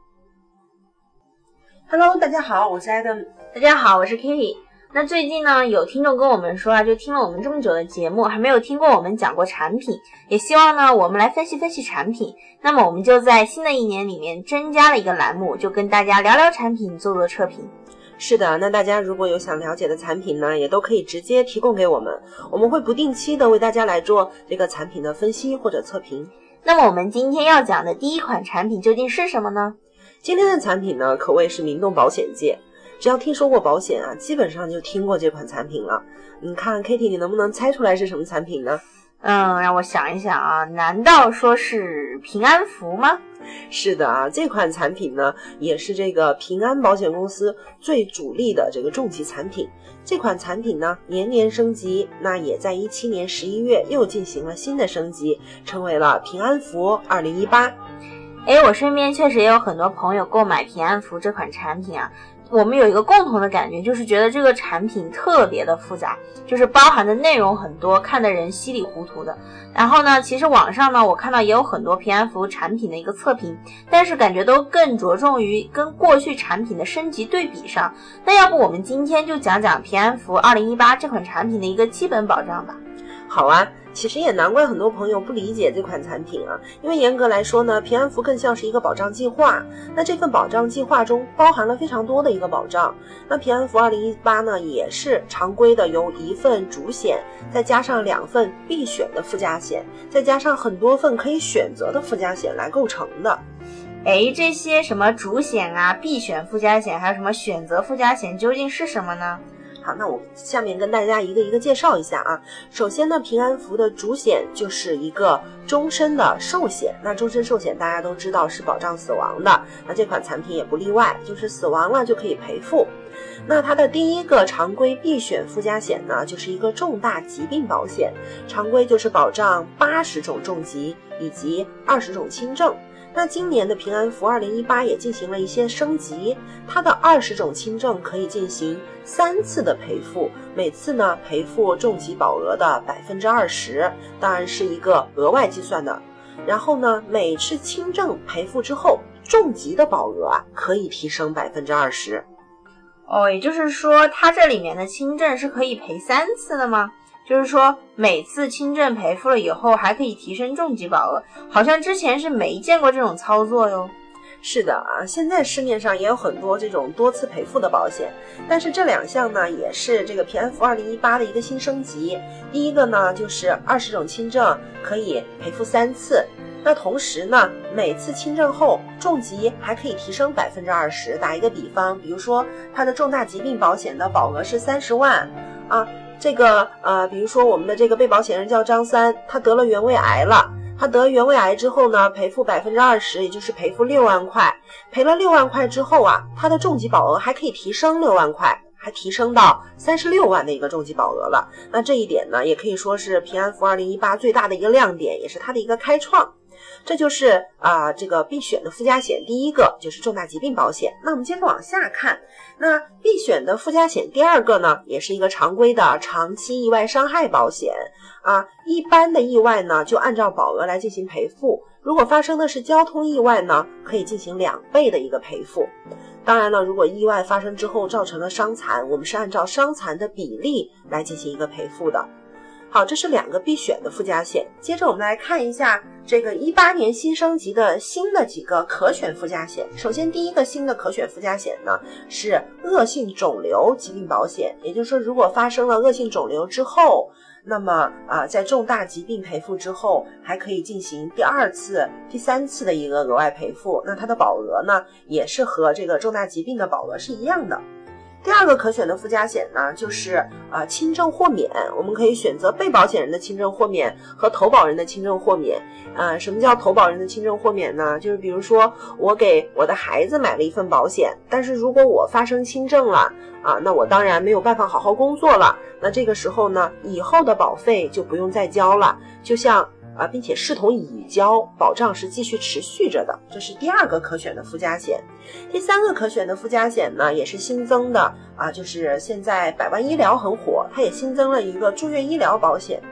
Hello， 大家好，我是 Adam。 大家好，我是 Kitty。那最近呢，有听众跟我们说就听了我们这么久的节目，还没有听过我们讲过产品，也希望呢我们来分析分析产品。那么我们就在新的一年里面增加了一个栏目，就跟大家聊聊产品，做做测评。 是的，那大家如果有想了解的产品呢，也都可以直接提供给我们，我们会不定期的为大家来做这个产品的分析或者测评。 那么我们今天要讲的第一款产品究竟是什么呢？ 今天的产品呢，可谓是名动保险界，只要听说过保险啊，基本上就听过这款产品了。你看 Kitty， 你能不能猜出来是什么产品呢？ 让我想一想啊，难道说是平安符吗？ 是的啊，这款产品呢，也是这个平安保险公司最主力的这个重疾产品。这款产品呢，年年升级，那也在17年11月又进行了新的升级，成为了平安符2018。 我身边确实也有很多朋友购买平安符这款产品啊，我们有一个共同的感觉，就是觉得这个产品特别的复杂，就是包含的内容很多，看得人稀里糊涂的。然后呢，其实网上呢，我看到也有很多平安符产品的一个测评，但是感觉都更着重于跟过去产品的升级对比上。那要不我们今天就讲讲平安符2018这款产品的一个基本保障吧。 好啊，其实也难怪很多朋友不理解这款产品啊，因为严格来说呢，平安符更像是一个保障计划。那这份保障计划中包含了非常多的一个保障。那平安符2018呢，也是常规的由一份主险，再加上2份必选的附加险，再加上很多份可以选择的附加险来构成的。 这些什么主险啊、必选附加险，还有什么选择附加险，究竟是什么呢？ 好，那我下面跟大家一个一个介绍一下啊。首先呢，平安符的主险就是一个终身的寿险。那终身寿险大家都知道是保障死亡的，那这款产品也不例外，就是死亡了就可以赔付。那它的第一个常规必选附加险呢，就是一个重大疾病保险，常规就是保障80种重疾以及20种轻症。那今年的平安符2018也进行了一些升级，它的20种轻症可以进行3次的赔付，每次呢赔付重疾保额的20%，当然是一个额外计算的。然后呢，每次轻症赔付之后，重疾的保额可以提升20%。 也就是说它这里面的轻症是可以赔3次的吗？就是说每次轻症赔付了以后还可以提升重疾保额，好像之前是没见过这种操作哟。 是的啊，现在市面上也有很多这种多次赔付的保险，但是这2项呢也是这个平安符2018的一个新升级。第一个呢就是20种轻症可以赔付3次，那同时呢每次轻症后重疾还可以提升20%。打一个比方，比如说它的重大疾病保险的保额是30万啊，这个比如说我们的这个被保险人叫张三，他得了原位癌了，他得原位癌之后呢，赔付20%，也就是赔付6万块，赔了6万块之后啊，他的重疾保额还可以提升6万块，还提升到36万的一个重疾保额了。那这一点呢，也可以说是平安符2018最大的一个亮点，也是它的一个开创。这就是这个必选的附加险，第一个就是重大疾病保险。那我们接着往下看，那必选的附加险第二个呢，也是一个常规的长期意外伤害保险一般的意外呢就按照保额来进行赔付，如果发生的是交通意外呢，可以进行2倍的一个赔付。当然了，如果意外发生之后造成了伤残，我们是按照伤残的比例来进行一个赔付的。好，这是2个必选的附加险。接着我们来看一下这个18年新升级的新的几个可选附加险。首先第一个新的可选附加险呢是恶性肿瘤疾病保险，也就是说如果发生了恶性肿瘤之后，那么在重大疾病赔付之后还可以进行第2次、第3次的一个额外赔付，那它的保额呢也是和这个重大疾病的保额是一样的。第二个可选的附加险呢，就是轻症豁免。我们可以选择被保险人的轻症豁免和投保人的轻症豁免。什么叫投保人的轻症豁免呢？就是比如说我给我的孩子买了一份保险，但是如果我发生轻症了那我当然没有办法好好工作了，那这个时候呢，以后的保费就不用再交了，就像并且视同已交，保障是继续持续着的。这是第二个可选的附加险。第三个可选的附加险呢，也是新增的就是现在百万医疗很火，它也新增了一个住院医疗保险。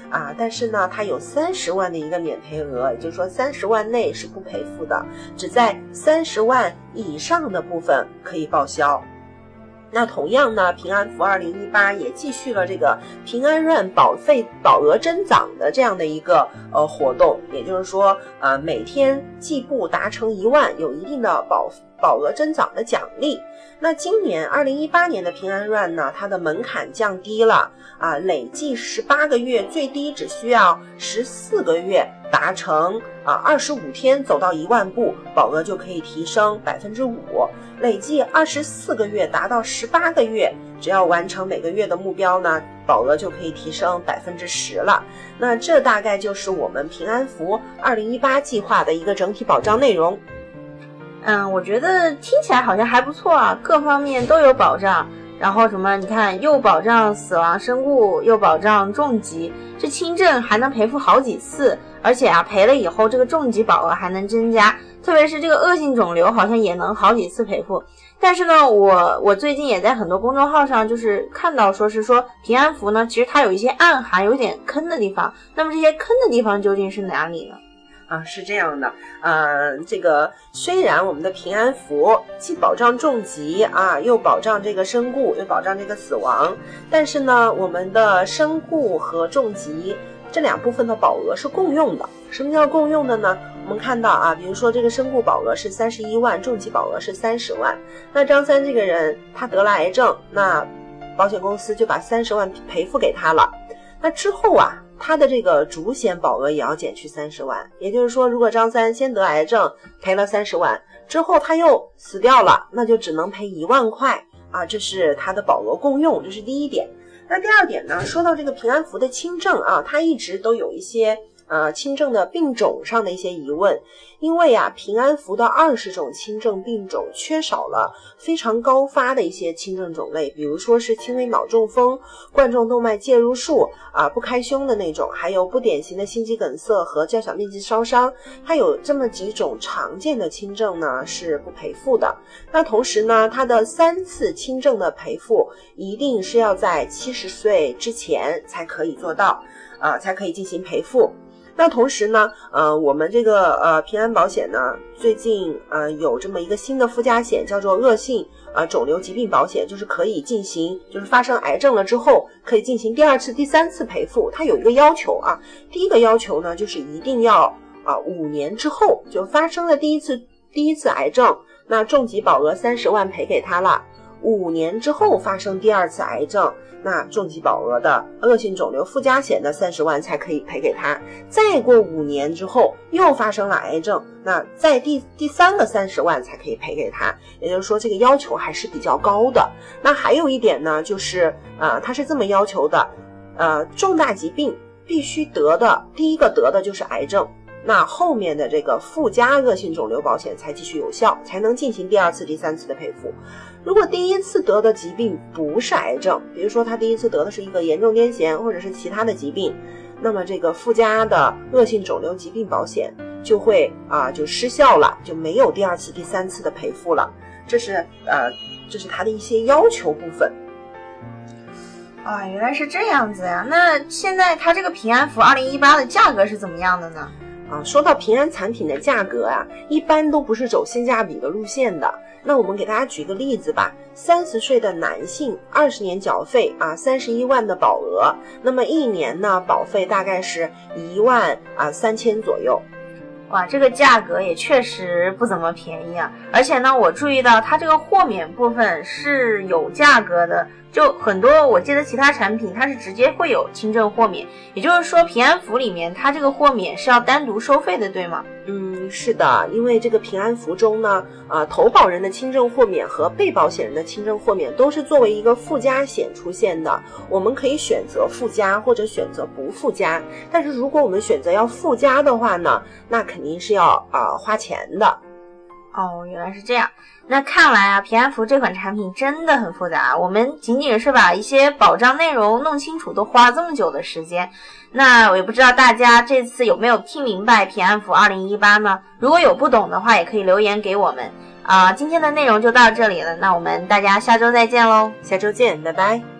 但是呢它有30万的一个免赔额，也就是说30万内是不赔付的，只在30万以上的部分可以报销。那同样呢，平安福2018也继续了这个平安润保额增长的这样的一个活动，也就是说每天计步达成1万有一定的保额增长的奖励。那今年2018年的平安润呢，它的门槛降低了累计18个月，最低只需要14个月达成25天走到1万步，保额就可以提升 5%， 累计24个月达到18个月，只要完成每个月的目标呢，保额就可以提升 10% 了。那这大概就是我们平安福2018计划的一个整体保障内容。 我觉得听起来好像还不错啊，各方面都有保障。然后什么，你看又保障死亡身故，又保障重疾，这轻症还能赔付好几次，而且赔了以后这个重疾保额还能增加，特别是这个恶性肿瘤好像也能好几次赔付。但是呢，我最近也在很多公众号上就是看到说平安福呢，其实它有一些暗含有点坑的地方，那么这些坑的地方究竟是哪里呢？ 是这样的，这个虽然我们的平安福既保障重疾又保障这个身故，又保障这个死亡，但是呢，我们的身故和重疾这2部分的保额是共用的。什么叫共用的呢？我们看到比如说这个身故保额是31万，重疾保额是30万。那张三这个人他得了癌症，那保险公司就把30万赔付给他了。那之后他的这个主险保额也要减去30万，也就是说，如果张三先得癌症赔了30万，之后他又死掉了，那就只能赔1万块这是他的保额共用，这是第一点。那第二点呢，说到这个平安福的轻症它一直都有一些轻症的病种上的一些疑问，因为平安福的20种轻症病种缺少了非常高发的一些轻症种类，比如说是轻微脑中风、冠状动脉介入术不开胸的那种，还有不典型的心肌梗塞和较小面积烧伤，它有这么几种常见的轻症呢是不赔付的。那同时呢，它的3次轻症的赔付一定是要在70岁之前才可以做到才可以进行赔付。那同时呢，我们这个平安保险呢，最近有这么一个新的附加险，叫做恶性肿瘤疾病保险，就是可以进行，就是发生癌症了之后，可以进行第2次、第3次赔付。它有一个要求第一个要求呢，就是一定要5年之后就发生了第一次癌症，那重疾保额30万赔给他了。5年之后发生第2次癌症，那重疾保额的恶性肿瘤附加险的30万才可以赔给他。再过5年之后又发生了癌症，那在第3个30万才可以赔给他。也就是说，这个要求还是比较高的。那还有一点呢，就是他是这么要求的，重大疾病必须第一个得的就是癌症，那后面的这个附加恶性肿瘤保险才继续有效，才能进行第2次、第3次的赔付。如果第1次得的疾病不是癌症，比如说他第1次得的是一个严重癫痫或者是其他的疾病，那么这个附加的恶性肿瘤疾病保险就会就失效了，就没有第2次、第3次的赔付了。这是他的一些要求部分。 原来是这样子呀。那现在它这个平安福2018的价格是怎么样的呢？ 说到平安产品的价格一般都不是走性价比的路线的。那我们给大家举个例子吧，30岁的男性，20年缴费31万的保额，那么1年呢保费大概是1万3千左右。 哇，这个价格也确实不怎么便宜而且呢，我注意到它这个豁免部分是有价格的，就很多我记得其他产品它是直接会有轻症豁免，也就是说平安福里面它这个豁免是要单独收费的，对吗？ 是的，因为这个平安福中呢，投保人的轻症豁免和被保险人的轻症豁免都是作为一个附加险出现的，我们可以选择附加或者选择不附加，但是如果我们选择要附加的话呢，那肯定是要花钱的。 原来是这样。那看来平安福这款产品真的很复杂，我们仅仅是把一些保障内容弄清楚都花了这么久的时间。那我也不知道大家这次有没有听明白平安福2018呢？如果有不懂的话也可以留言给我们。今天的内容就到这里了，那我们大家下周再见喽。 下周见，拜拜。